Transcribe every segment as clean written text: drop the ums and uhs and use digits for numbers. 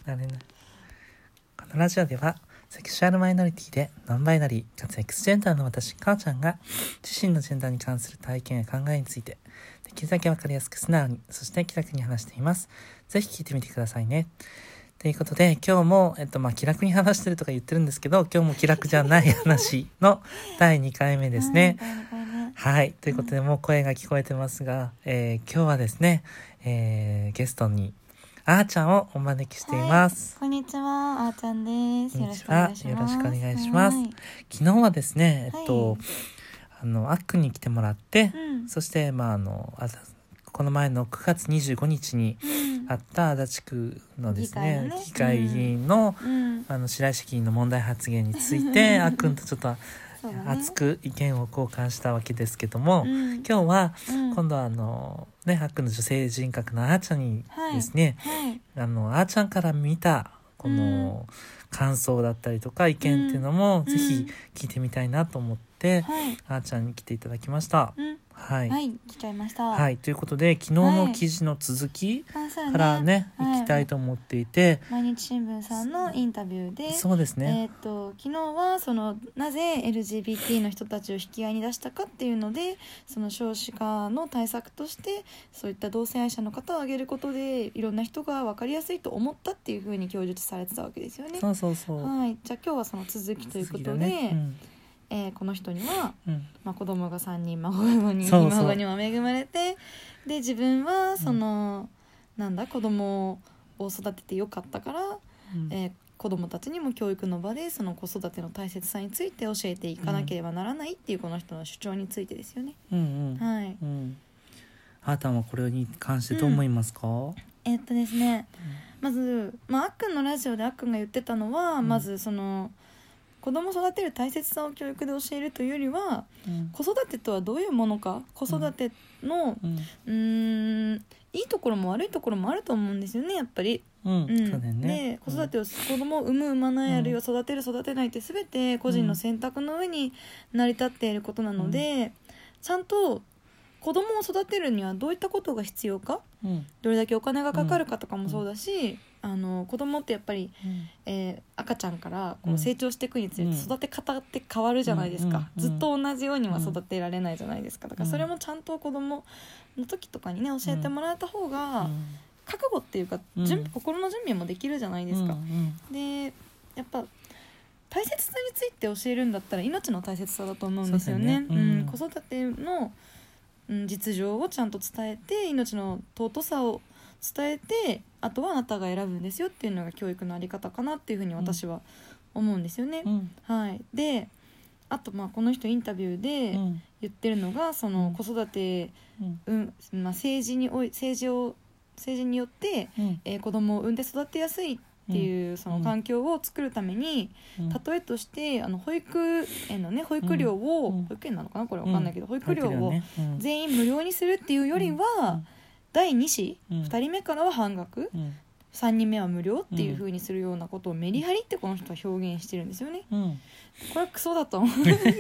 あれな。このラジオではセクシュアルマイノリティでノンバイナリーかつエクスジェンダーの私母ちゃんが自身のジェンダーに関する体験や考えについてできるだけわかりやすく素直にそして気楽に話しています。ぜひ聞いてみてくださいね。ということで今日も、気楽に話してるとか言ってるんですけど、今日も気楽じゃない話の第2回目ですね。はい。ということでもう声が聞こえてますが、今日はですね、ゲストにあーちゃんをお招きしています。 こんにちは、あーちゃんです。 よろしくお願いします。よろしくお願いします。昨日はですね、あっくんに来てもらって、そしてこの前の9月25日にあった足立区のですね、議会議員の、白石議員の問題発言についてあっくんとちょっと熱く意見を交換したわけですけども、今日は、今度はあっくんの女性人格のあーちゃんにですね、あーちゃんから見たこの感想だったりとか意見っていうのもぜひ聞いてみたいなと思って、あーちゃんに来ていただきました。はい、 来ちゃいました。 はい、ということで昨日の記事の続きからね、行きたいと思っていて、 毎日新聞さんのインタビューで、 そうですね、 昨日はなぜ LGBT の人たちを引き合いに出したかっていうので、その少子化の対策としてそういった同性愛者の方を挙げることでいろんな人が分かりやすいと思ったっていうふうに供述されてたわけですよね。 そうそうそう。 はい、じゃあ今日はその続きということで、この人には、子供が3人孫にも恵まれて、で自分は子供を育ててよかったから、子供たちにも教育の場でその子育ての大切さについて教えていかなければならないっていうこの人の主張についてですよね。はい。 あーたんはこれに関してどう思いますか？ ですね、まず、あっくんのラジオであっくんが言ってたのは、まず子供を育てる大切さを教育で教えるというよりは、子育てとはどういうものか、子育ての、いいところも悪いところもあると思うんですよね、やっぱり。 そうだよね。 で子育てを、子供を産む産まない、あるいは育てる育てないって全て個人の選択の上に成り立っていることなので、ちゃんと子供を育てるにはどういったことが必要か、どれだけお金がかかるかとかもそうだし、子供ってやっぱり、赤ちゃんからこう成長していくにつれて育て方って変わるじゃないですか、ずっと同じようには育てられないじゃないですか。だからそれもちゃんと子供の時とかにね教えてもらえた方が、覚悟っていうか、心の準備もできるじゃないですか。でやっぱ大切さについて教えるんだったら命の大切さだと思うんですよね。子育ての実情をちゃんと伝えて、命の尊さを伝えて、あとはあなたが選ぶんですよっていうのが教育のあり方かなっていうふうに私は思うんですよね。はい。であとこの人インタビューで言ってるのが、その子育て、政治によって、子供を産んで育てやすいっていうその環境を作るために、例えとして保育園のね、保育料を、保育園なのかなこれわかんないけど、保育料を全員無料にするっていうよりは、第2子、2人目からは半額、3人目は無料っていう風にするようなことをメリハリってこの人は表現してるんですよね。これはクソだと思う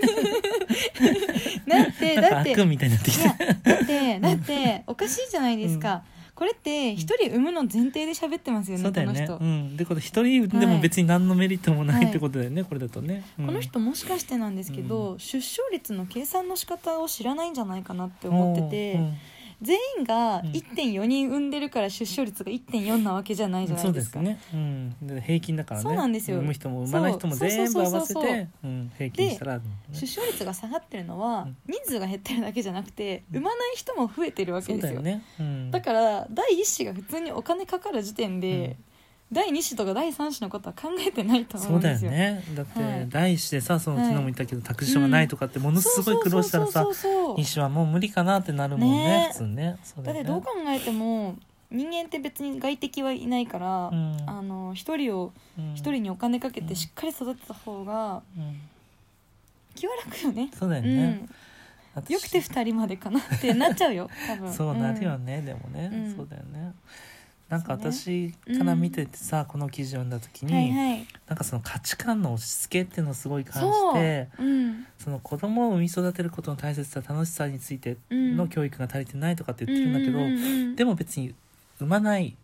だって悪みたいになってきてだっておかしいじゃないですか。これって一人産むの前提で喋ってますよね、 そうだよね。 この人。 でこれ一人でも別に何のメリットもないってことだよね、これだとね。 この人もしかしてなんですけど、出生率の計算の仕方を知らないんじゃないかなって思ってて、全員が 1.4 人産んでるから出生率が 1.4 なわけじゃないじゃないですか。 そうですね、平均だからね。 そうなんですよ。 産む人も産まない人も全部合わせて平均したら、 出生率が下がってるのは、人数が減ってるだけじゃなくて、産まない人も増えてるわけですよ。 そうだよね。 だから第1子が普通にお金かかる時点で、第2子とか第3子のことは考えてないと思うんですよ。 そうだよね。だって第1子でさ、昨日も言ったけど託児所がないとかってものすごい苦労したらさ、2子はもう無理かなってなるもんね、普通ね。 だってどう考えても人間って別に外敵はいないから、一人にお金かけてしっかり育てた方が気は楽よね。 そうだよね。 よくて2人までかなってなっちゃうよ多分。 そうなるよね、でもね、そうだよね。なんか私から見ててさ、この記事を読んだ時に、なんかその価値観の押し付けっていうのをすごい感じて、その子供を産み育てることの大切さ、楽しさについての教育が足りてないとかって言ってるんだけど、でも別に産まない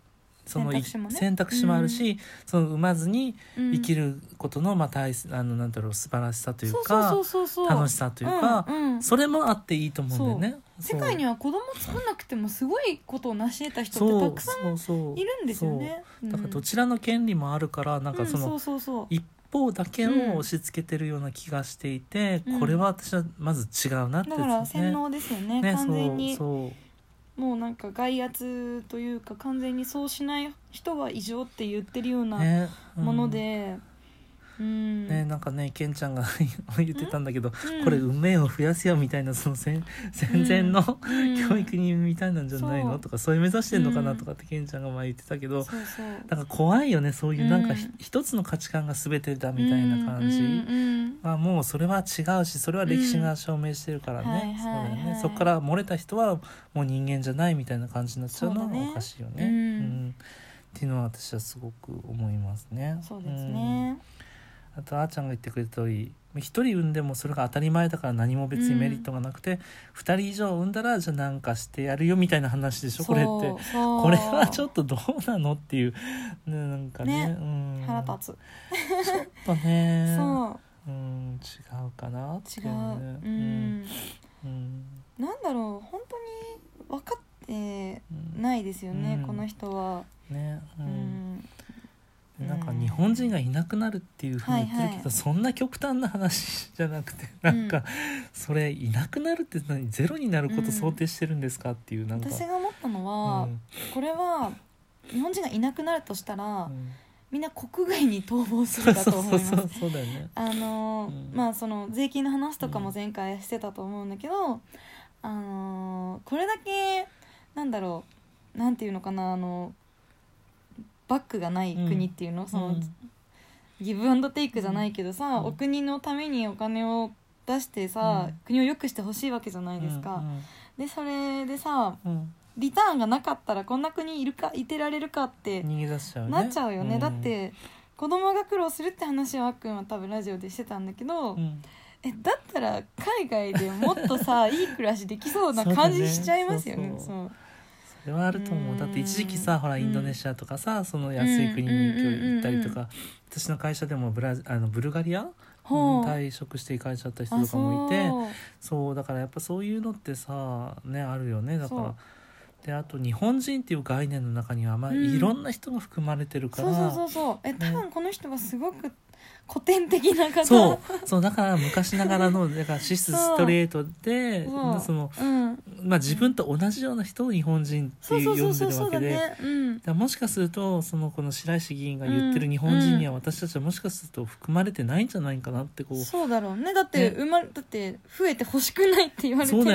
その選択肢もねあるし、その産まずに生きることのまあなんだろう素晴らしさというか楽しさというか、それもあっていいと思うんだよね。 世界には子供作んなくてもすごいことを成し得た人ってたくさんいるんですよね。 だからどちらの権利もあるからなんかその一方だけを押し付けてるような気がしていて、これは私はまず違うなって、 だから洗脳ですよね、完全に。もうなんか外圧というか完全にそうしない人は異常って言ってるようなもので、 なんかねケンちゃんが言ってたんだけど、これ運命を増やすよみたいな、その戦前の教育にみたいなんじゃないのとか、そういう目指してんのかなとかってケンちゃんが前言ってたけど、なんか怖いよね、そういうなんか一つの価値観が全てだみたいな感じ、まあもうそれは違うし、それは歴史が証明してるからね、そうだよね。そこから漏れた人はもう人間じゃないみたいな感じになっちゃうのはおかしいよね、っていうのは私はすごく思いますね。 そうですね。 あとあーちゃんが言ってくれた通り、一人産んでもそれが当たり前だから何も別にメリットがなくて、二人以上産んだらじゃあ何かしてやるよみたいな話でしょ、これって。これはちょっとどうなのっていう、なんかね、 腹立つ。 ちょっとね、 違うかなっていうね。なんだろう、本当に分かってないですよね、この人は。 ね、なんか日本人がいなくなるっていうふうに言ってるけど、そんな極端な話じゃなくて、なんかそれいなくなるって何、ゼロになること想定してるんですかっていう、なんか私が思ったのは、これは日本人がいなくなるとしたら、みんな国外に逃亡するだと思います。 そうだよね。 まあその税金の話とかも前回してたと思うんだけど、これだけなんだろう、なんていうのかな、バックがない国っていうの、そのギブアンドテイクじゃないけどさ、お国のためにお金を出してさ、国を良くしてほしいわけじゃないですか、でそれでさ、リターンがなかったらこんな国いてられるかって逃げ出しちゃうね、 なっちゃうよね、だって子供が苦労するって話をあっくんは多分ラジオでしてたんだけど、だったら海外でもっとさいい暮らしできそうな感じしちゃいますよね。 それはあると思う。だって一時期さ、ほらインドネシアとかさ、その安い国に行ったりとか、私の会社でもブルガリア退職して行かれちゃった人とかもいて、そうだからやっぱそういうのってさね、あるよね。だからで、あと日本人っていう概念の中には、まあいろんな人が含まれてるから、 多分この人はすごく古典的な方、 そうだから昔ながらのだからシスストレートでその、まあ、自分と同じような人を日本人って呼んでるわけで、もしかするとこの白石議員が言ってる日本人には私たちはもしかすると含まれてないんじゃないかなってそうだろうね。だってだって増えて欲しくないって言われてるから。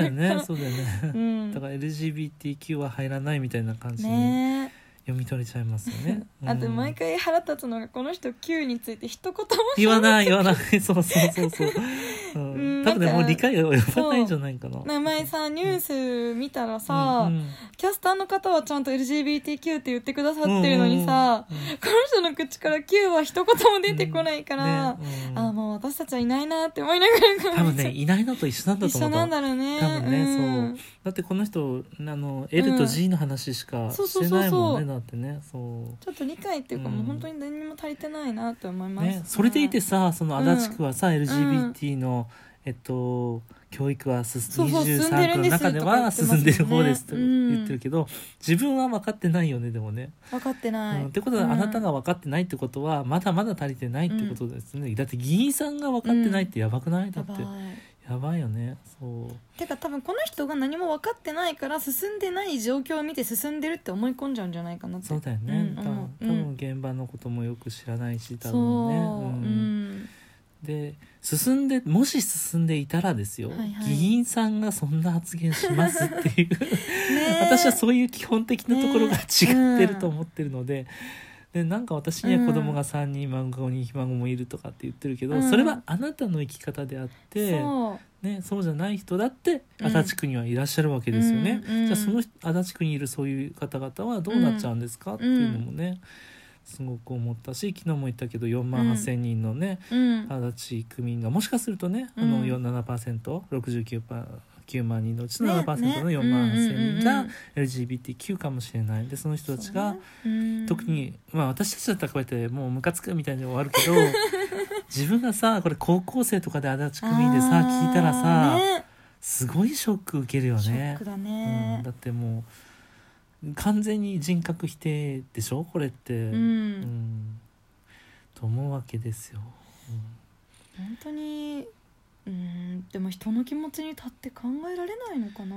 そうだよね、だから LGBTQ は入らないみたいな感じに読み取れちゃいますよね。 あと毎回腹立つのが、この人 Q について一言も言わないそう多分ね、もう理解が及ばないんじゃないかな。 前さニュース見たらさ、キャスターの方はちゃんと LGBTQ って言ってくださってるのにさ、この人の口から Q は一言も出てこないから、もう私たちはいないなって思いながら、 多分ねいないのと一緒なんだと思う。 一緒なんだろうね、 多分ね、だってこの人L と G の話しかしてないもんね、だってね、ちょっと理解っていうか、もう本当に何にも足りてないなって思います、 それでいてさ、その足立区はさ、LGBT の教育は23区の中では進んでる方ですと言ってるけど、自分は分かってないよね。でもね分かってない、 ってことは、あなたが分かってないってことはまだまだ足りてないってことですね、だって議員さんが分かってないってやばくない？だってやばいよね。 てか多分この人が何も分かってないから進んでない状況を見て進んでるって思い込んじゃうんじゃないかなって。 そうだよね、多分現場のこともよく知らないし、多分ね、でもし進んでいたらですよ、議員さんがそんな発言しますっていう私はそういう基本的なところが違ってると思ってるので、なんか私には子供が3人孫にひ孫もいるとかって言ってるけど、それはあなたの生き方であって、そうじゃない人だって足立区にはいらっしゃるわけですよね、じゃあその足立区にいるそういう方々はどうなっちゃうんですか、っていうのもねすごく思ったし、昨日も言ったけど4万8,000人のね、足立区民がもしかするとね、7%、69% 9万人のうちの 7% の4万8000人が LGBTQ かもしれない。でその人たちが、特に、私たちだったらこうやってもうムカつくみたいに終わるけど自分がさこれ高校生とかで足立区民でさ聞いたらさ、すごいショック受けるよね。 ショックだね、 だってもう完全に人格否定でしょこれって、と思うわけですよ。 本当にでも人の気持ちに立って考えられないのかな。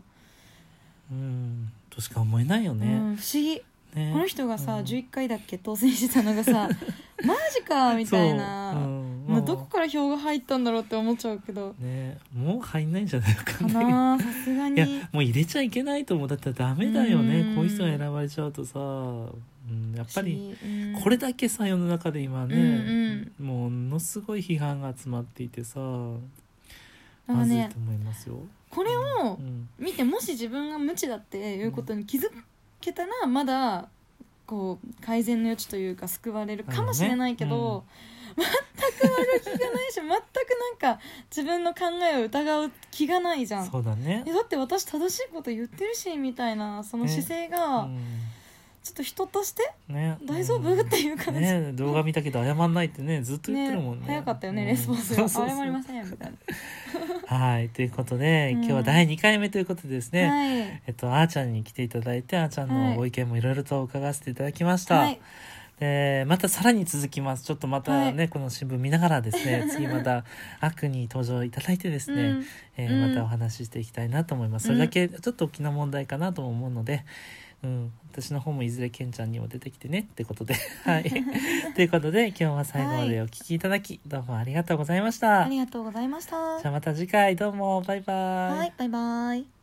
としか思えないよね、 不思議、 ね、 この人がさ、11回だっけ当選してたのがさマジかみたいな、どこから票が入ったんだろうって思っちゃうけど、 もう入んないんじゃないかな、さすがに。 いやもう入れちゃいけないと思う。だったらダメだよね、こういう人が選ばれちゃうとさ、やっぱりこれだけさ世の中で今ね、ものすごい批判が集まっていてさ、まずいと思いますよ。 これを見て、もし自分が無知だっていうことに気づけたらまだこう改善の余地というか救われるかもしれないけど、全く悪気がないし全くなんか自分の考えを疑う気がないじゃん。 そうだね。 だって私正しいこと言ってるしみたいな、その姿勢がちょっと人として大丈夫っていう感じ、 動画見たけど謝んないってねずっと言ってるもんね。 早かったよね、レスポンスが。謝りませんみたいなはいということで、今日は第2回目ということでですね、あーちゃんに来ていただいて、あーちゃんのご意見もいろいろと伺わせていただきました、でまたさらに続きます。ちょっとまたね、この新聞見ながらですね次また悪に登場いただいてですね、またお話ししていきたいなと思います。それだけちょっと大きな問題かなと思うので、私の方もいずれケンちゃんにも出てきてねってことではいということで今日は最後までお聞きいただき、どうもありがとうございました。 ありがとうございました。 じゃあまた次回どうもバイバイ。 はい、バイバイ。